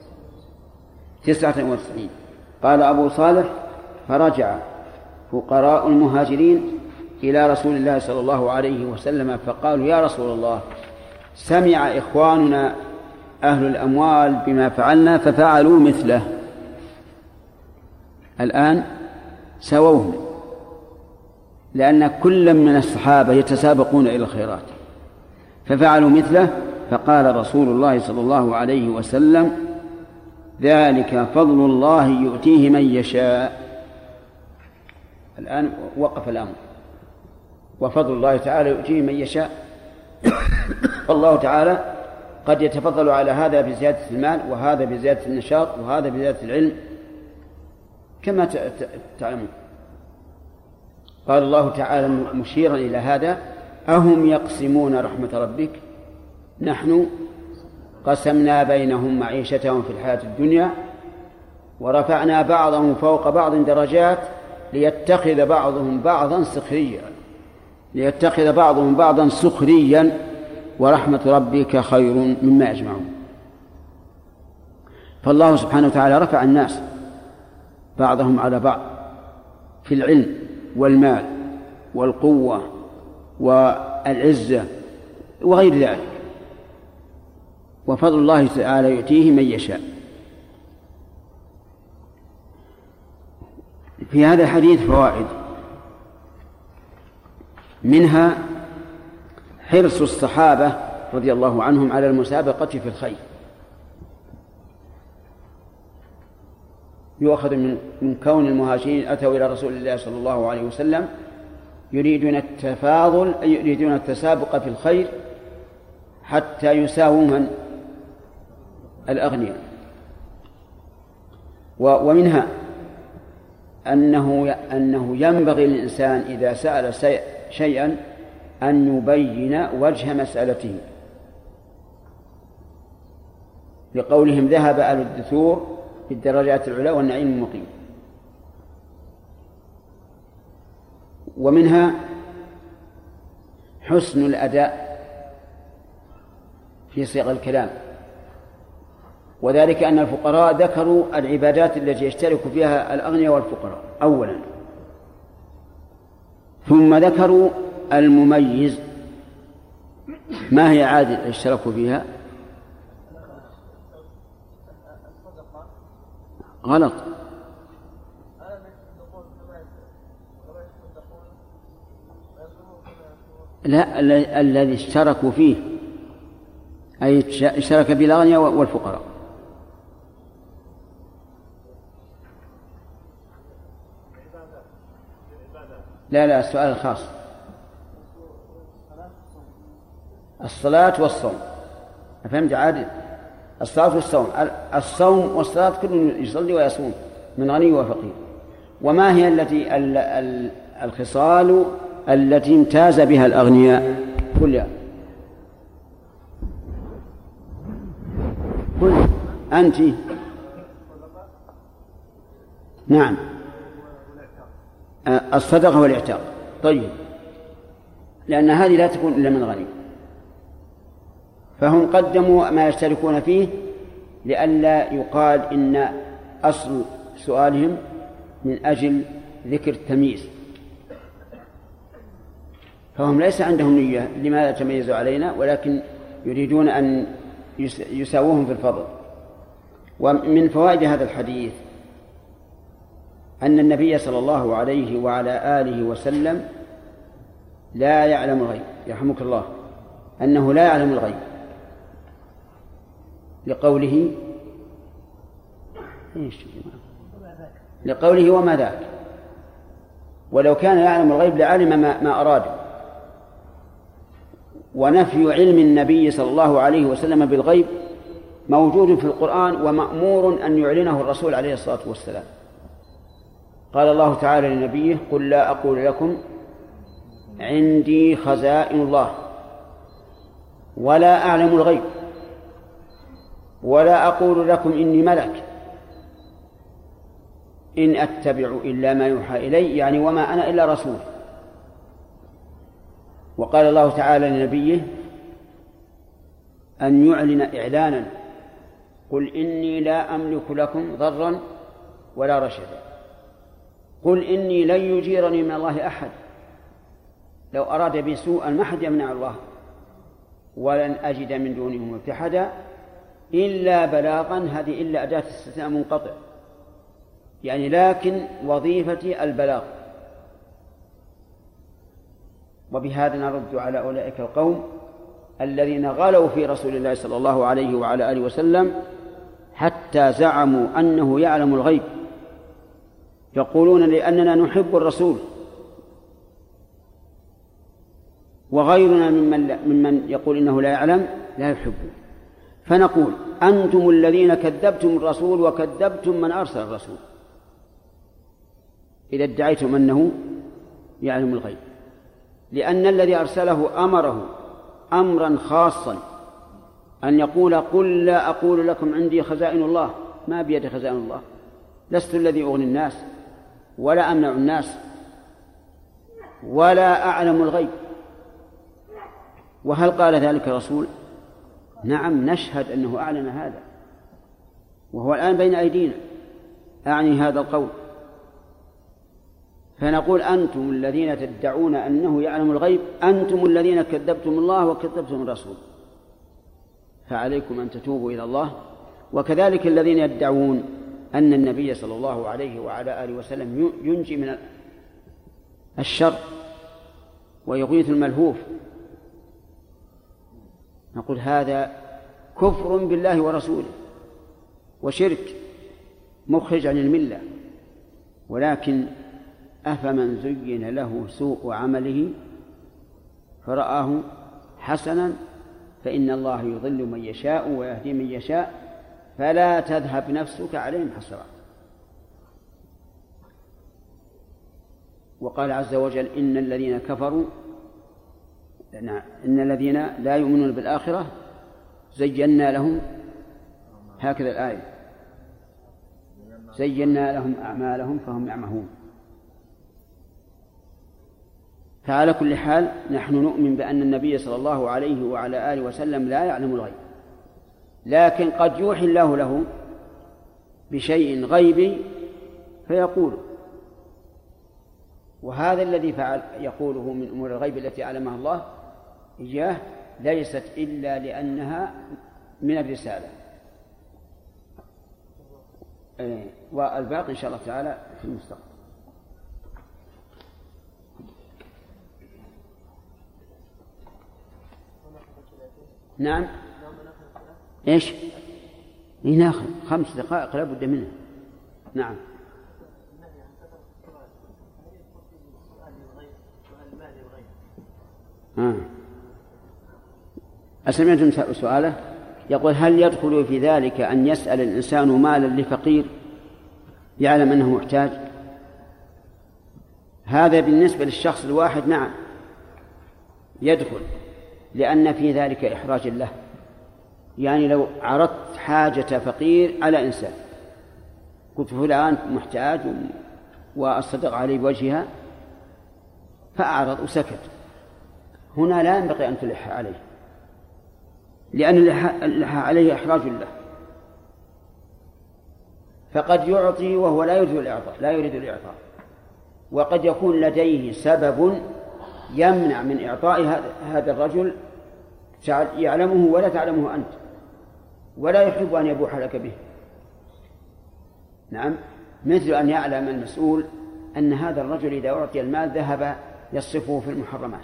99. قال أبو صالح فرجع فقراء المهاجرين إلى رسول الله صلى الله عليه وسلم فقالوا يا رسول الله سمع إخواننا أهل الأموال بما فعلنا ففعلوا مثله. الآن سووهم، لأن كل من الصحابة يتسابقون إلى الخيرات، ففعلوا مثله. فقال رسول الله صلى الله عليه وسلم ذلك فضل الله يؤتيه من يشاء. الآن وقف الأمر، وفضل الله تعالى يؤتيه من يشاء. فالله تعالى قد يتفضل على هذا بزيادة المال، وهذا بزيادة النشاط، وهذا بزيادة العلم، كما تعلمون. قال الله تعالى مشيرا إلى هذا أهم يقسمون رحمة ربك نحن قسمنا بينهم معيشتهم في الحياة الدنيا ورفعنا بعضهم فوق بعض درجات ليتخذ بعضهم بعضا سخريا ورحمة ربك خير مما يجمعون. فالله سبحانه وتعالى رفع الناس بعضهم على بعض في العلم والمال والقوة والعزة وغير ذلك، وفضل الله تعالى يؤتيه من يشاء. في هذا الحديث فوائد، منها حرص الصحابة رضي الله عنهم على المسابقة في الخير. يؤخذ من كون المهاجرين أتوا إلى رسول الله صلى الله عليه وسلم يريدون التفاضل، أي يريدون التسابق في الخير حتى يساووا من الأغنياء. ومنها أنه ينبغي للإنسان إذا سأل شيئا أن يبين وجه مسألته، لقولهم ذهب أهل الدثور في الدرجات العلى والنعيم المقيم. ومنها حسن الأداء في صيغ الكلام، وذلك أن الفقراء ذكروا العبادات التي يشترك فيها الأغنياء والفقراء أولا، ثم ذكروا المميز ما هي عادة يشتركوا فيها. غلط، لا، الذي اشتركوا فيه أي اشترك بالأغنياء والفقراء. لا السؤال الخاص. الصلاة والصوم. فهمت عادل؟ الصلاة والصوم. الصوم والصلاة كل يصلي ويصوم من غني وفقير. وما هي التي الخصال التي امتاز بها الأغنياء؟ قل أنت. نعم، الصدقة والإعتاق. طيب، لأن هذه لا تكون إلا من غني، فهم قدموا ما يشتركون فيه لئلا يقال إن أصل سؤالهم من أجل ذكر التمييز، فهم ليس عندهم نية لماذا تميزوا علينا، ولكن يريدون أن يساووهم في الفضل. ومن فوائد هذا الحديث أن النبي صلى الله عليه وعلى آله وسلم لا يعلم الغيب، يرحمك الله، أنه لا يعلم الغيب لقوله وما ذاك. ولو كان يعلم الغيب لعلم ما أراد. ونفي علم النبي صلى الله عليه وسلم بالغيب موجود في القرآن، ومأمور أن يعلنه الرسول عليه الصلاة والسلام. قال الله تعالى لنبيه: قل لا أقول لكم عندي خزائن الله ولا أعلم الغيب ولا أقول لكم إني ملك إن أتبع إلا ما يوحى إلي، يعني وما أنا إلا رسول. وقال الله تعالى لنبيه أن يعلن إعلانا: قل إني لا أملك لكم ضرا ولا رشدا، قل إني لن يجيرني من الله أحد، لو أراد بي سوءا ما أحد يمنع الله، ولن أجد من دونه ملتحدا إلا بلاغا. هذه إلا أداة استثناء منقطع، يعني لكن وظيفتي البلاغ. وبهذا نرد على أولئك القوم الذين غلوا في رسول الله صلى الله عليه وعلى آله وسلم حتى زعموا أنه يعلم الغيب، يقولون لأننا نحب الرسول، وغيرنا ممن يقول إنه لا يعلم لا يحبه. فنقول: أنتم الذين كذبتم الرسول وكذبتم من أرسل الرسول إذا ادعيتم أنه يعلم الغيب، لأن الذي أرسله أمره أمرا خاصا أن يقول: قل لا أقول لكم عندي خزائن الله، ما بيد خزائن الله، لست الذي أغني الناس ولا أمنع الناس ولا أعلم الغيب. وهل قال ذلك رسول؟ نعم، نشهد أنه أعلن هذا، وهو الآن بين أيدينا أعني هذا القول. فنقول: أنتم الذين تدعون أنه يعلم الغيب، أنتم الذين كذبتم الله وكذبتم الرسول، فعليكم أن تتوبوا إلى الله. وكذلك الذين يدعون أن النبي صلى الله عليه وعلى آله وسلم ينجي من الشر ويغيث الملهوف، نقول هذا كفر بالله ورسوله وشرك مخرج عن الملة. ولكن أفمن زين له سوء عمله فرآه حسنا فإن الله يضل من يشاء ويهدي من يشاء فلا تذهب نفسك عليهم حسرات. وقال عز وجل: إن الذين كفروا إن الذين لا يؤمنون بالآخرة زينا لهم، هكذا الآية، زينا لهم أعمالهم فهم يعمهون. فعلى كل حال نحن نؤمن بأن النبي صلى الله عليه وعلى آله وسلم لا يعلم الغيب، لكن قد يوحي الله له بشيء غيبي فيقول، وهذا الذي فعل يقوله من أمور الغيب التي علمها الله إياه ليست إلا لأنها من الرسالة. والباقي إن شاء الله تعالى في المستقبل. نعم. إيش؟ ناخذ 5 دقائق لا بد منها. نعم. أسمعتم سؤاله؟ يقول: هل يدخل في ذلك أن يسأل الإنسان مالا لفقير يعلم أنه محتاج؟ هذا بالنسبة للشخص الواحد نعم يدخل، لأن في ذلك إحراج له. يعني لو عرضت حاجة فقير على إنسان، قلت فلان محتاج وأصدق عليه بوجهها، فأعرض وسكت، هنا لا ينبغي أن تلح عليه، لأن اللح عليه إحراج له. فقد يعطي وهو لا يريد الإعطاء، وقد يكون لديه سبب يمنع من إعطاء هذا الرجل يعلمه ولا تعلمه أنت، ولا يحب أن يبوح لك به. نعم، مثل أن يعلم المسؤول أن هذا الرجل إذا أعطي المال ذهب يصرفه في المحرمات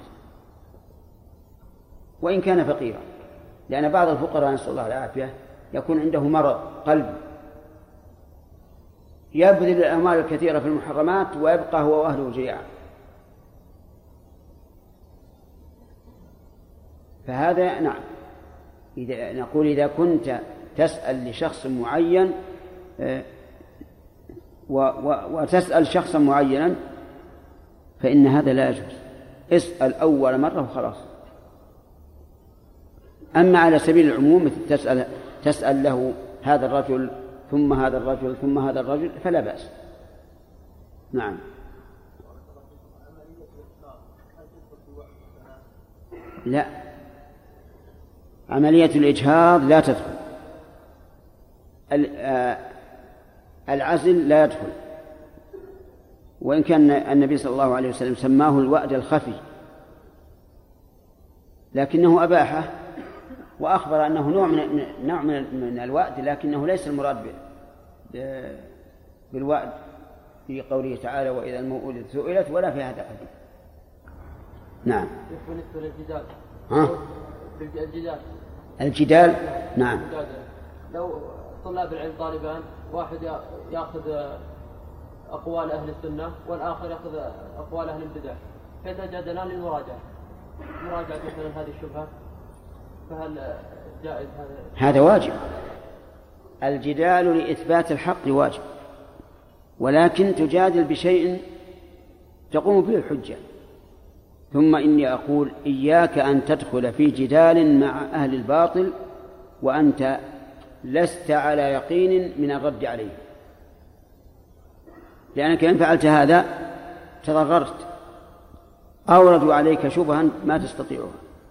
وإن كان فقيرا، لأن بعض الفقراء نسأل الله العافية يكون عنده مرض قلب، يبذل الأموال الكثيرة في المحرمات ويبقى هو وأهله جياعا. فهذا نعم، إذا كنت تسأل لشخص معين وتسأل شخصا معينا فإن هذا لا يجوز، اسأل أول مرة وخلاص. أما على سبيل العموم تسأل له هذا الرجل ثم هذا الرجل ثم هذا الرجل فلا بأس. نعم. لا، عملية الإجهاض لا تدخل، العزل لا يدخل، وإن كان النبي صلى الله عليه وسلم سماه الوأد الخفي، لكنه أباحه وأخبر أنه نوع من الوأد، لكنه ليس المراد بالوأد في قوله تعالى: وإذا الموءودة سئلت، ولا في هذا الحديث. نعم. بالنسبة للجدال. الجدال نعم. لو طلاب العلم طالبان، واحد يأخذ أقوال أهل السنة والآخر يأخذ أقوال أهل البدع، فيتجادلان للمراجعة، مثلا هذه الشبهة، فهل جائز هذا؟ واجب. الجدال لإثبات الحق واجب، ولكن تجادل بشيء تقوم به الحجة. ثم إني أقول: إياك أن تدخل في جدال مع أهل الباطل وأنت لست على يقين من الرد عليه، لأنك إن فعلت هذا تضررت، أوردوا عليك شبها ما تستطيعها،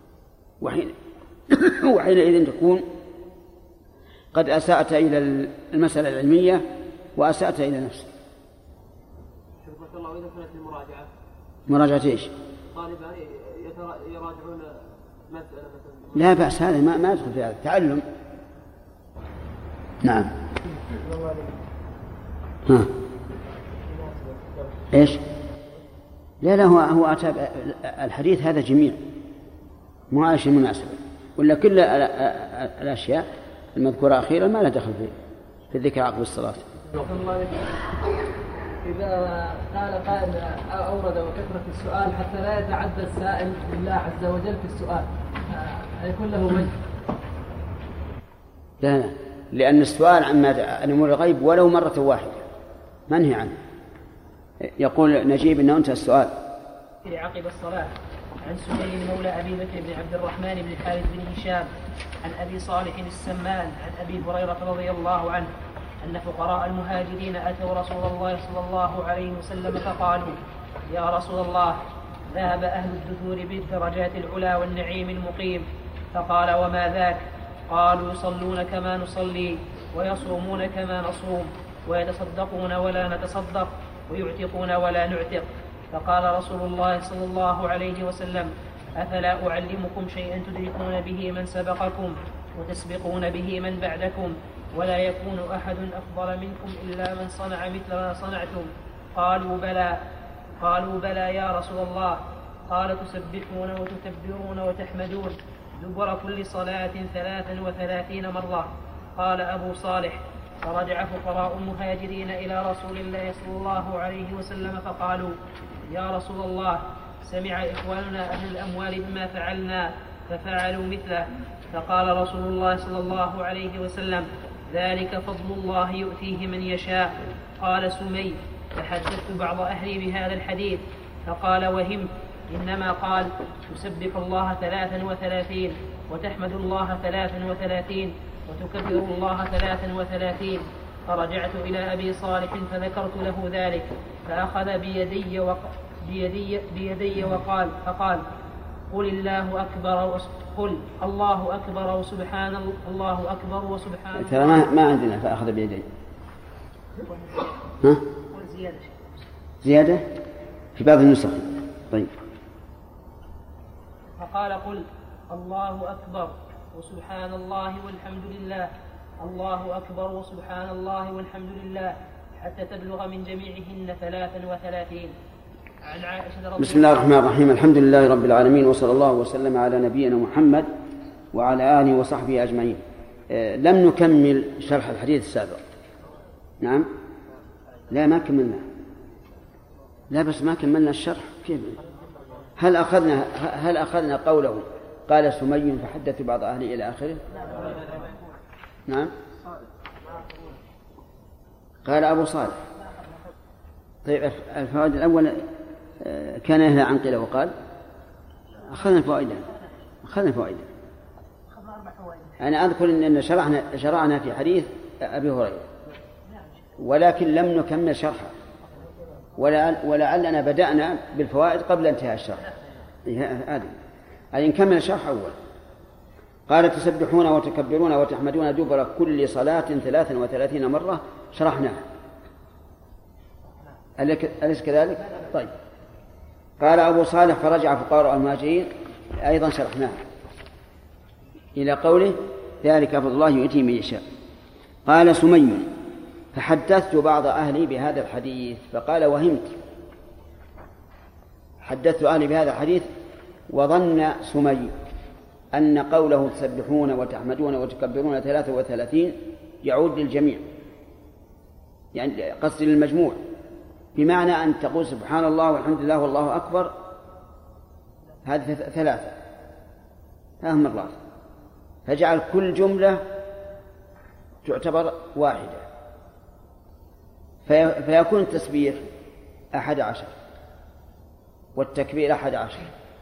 وحينئذ تكون قد أسأت إلى المسألة العلمية وأسأت إلى نفسك. شكرا الله. إذا كانت المراجعة مراجعة إيش؟ طالبان يراجعون مسألة لا بأس، هذا ما يدخل في هذا تعلم. نعم. إيش؟ لا هو أتى الحديث هذا جميع، مو عايش المناسبة، ولا كل الأشياء المذكورة أخيرا ما لا دخل في الذكر عقب الصلاة. إذا قال قائل أورد وكثرة السؤال حتى لا يتعدى السائل بالله عز وجل في السؤال، يكون له وجه؟ لا، لأن السؤال عن أمور الغيب ولو مرة واحدة منهي عنه. يقول نجيب إنه انتهى السؤال. عقب الصلاة عن سهيل مولى أبي بكر بن عبد الرحمن بن الحارث بن هشام عن أبي صالح السمان عن أبي هريرة رضي الله عنه أن فقراء المهاجرين أتوا رسول الله صلى الله عليه وسلم فقالوا: يا رسول الله، ذهب أهل الدثور بالدرجات العلا والنعيم المقيم. فقال: وما ذاك؟ قالوا: يصلون كما نصلي، ويصومون كما نصوم، ويتصدقون ولا نتصدق، ويعتقون ولا نعتق. فقال رسول الله صلى الله عليه وسلم: أفلا أعلمكم شيئا تدركون به من سبقكم وتسبقون به من بعدكم، ولا يكون أحد أفضل منكم إلا من صنع مثل ما صنعتم؟ قالوا بلى يا رسول الله. قال: تسبحون وتكبرون وتحمدون دبر كل صلاة 33 مرة. قال أبو صالح: فرجع فقراء المهاجرين إلى رسول الله صلى الله عليه وسلم فقالوا: يا رسول الله، سمع إخواننا أهل الأموال بما فعلنا ففعلوا مثله. فقال رسول الله صلى الله عليه وسلم: ذلك فضل الله يؤتيه من يشاء. قال سمي: فحدثت بعض أهلي بهذا الحديث فقال: وهمت. إنما قال: تسبح الله 33 وتحمد الله 33 وتكبر الله 33. فرجعت إلى أبي صالح فذكرت له ذلك فأخذ بيدي فقال: قل الله أكبر وسبحان الله أكبر وسبحان ترى ما عندنا فأخذ بيدي. ها؟ زيادة في بعض النسخ. طيب. فقال: قل الله أكبر وسبحان الله والحمد لله، الله أكبر وسبحان الله والحمد لله، حتى تبلغ من جميعهن 33. عن عائشة رضي بسم الله الرحمن الرحيم. الحمد لله رب العالمين، وصلى الله وسلم على نبينا محمد وعلى آله وصحبه أجمعين. لم نكمل شرح الحديث السابق. نعم، لا ما كملنا. لا بس ما كملنا الشرح. كيف؟ هل أخذنا قوله قال سمي فحدث بعض أهلي إلى آخره؟ نعم. قال أبو صالح. طيب الفوائد الأول كان ينهى عن قيل وقال. أخذنا فوائد. أنا أذكر أن شرعنا في حديث أبي هريرة، ولكن لم نكمل شرحه، ولعلنا بدأنا بالفوائد قبل انتهاء الشرح. هذه نكمل الشرح أول. قال: تسبحون وتكبرون وتحمدون دبر كل صلاة 33 مرة. شرحناها، أليس كذلك؟ طيب. قال أبو صالح: فرجع فقراء المهاجرين، أيضا شرحناها إلى قوله: ذلك فضل الله يؤتيه من يشاء. قال سمي: فحدثت بعض أهلي بهذا الحديث فقال: وهمت. حدثت أهلي بهذا الحديث، وظن سمي أن قوله تسبحون وتحمدون وتكبرون 33 يعود للجميع، يعني قصد للمجموع، بمعنى أن تقول سبحان الله والحمد لله والله أكبر، هذه 3 مرات، فجعل كل جملة تعتبر واحدة، فيكون التسبيح 11 والتكبير 11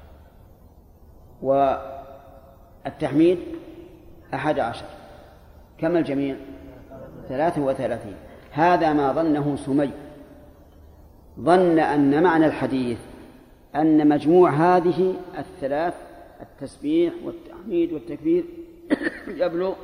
والتحميد 11، كم الجميع؟ 33. هذا ما ظنه سمي، ظن أن معنى الحديث أن مجموع هذه 3 التسبيح والتحميد والتكبير يبلغ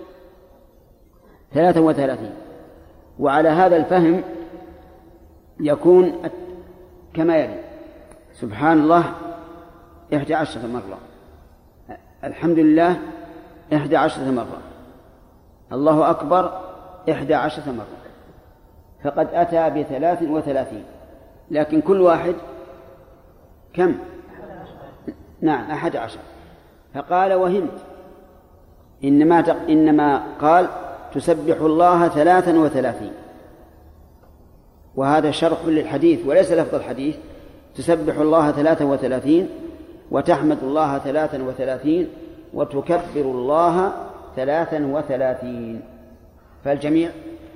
33. وعلى هذا الفهم يكون كما يلي: سبحان الله 11 مرة، الحمد لله 11 مرة، الله أكبر 11 مرة، فقد أتى ب33. لكن كل واحد كم؟ نعم 11. فقال: وهمت. إنما قال تسبح الله 33، وهذا شرح للحديث وليس لفظ الحديث. تسبح الله 33 وتحمد الله 33 وتكبر الله 33، فالجميع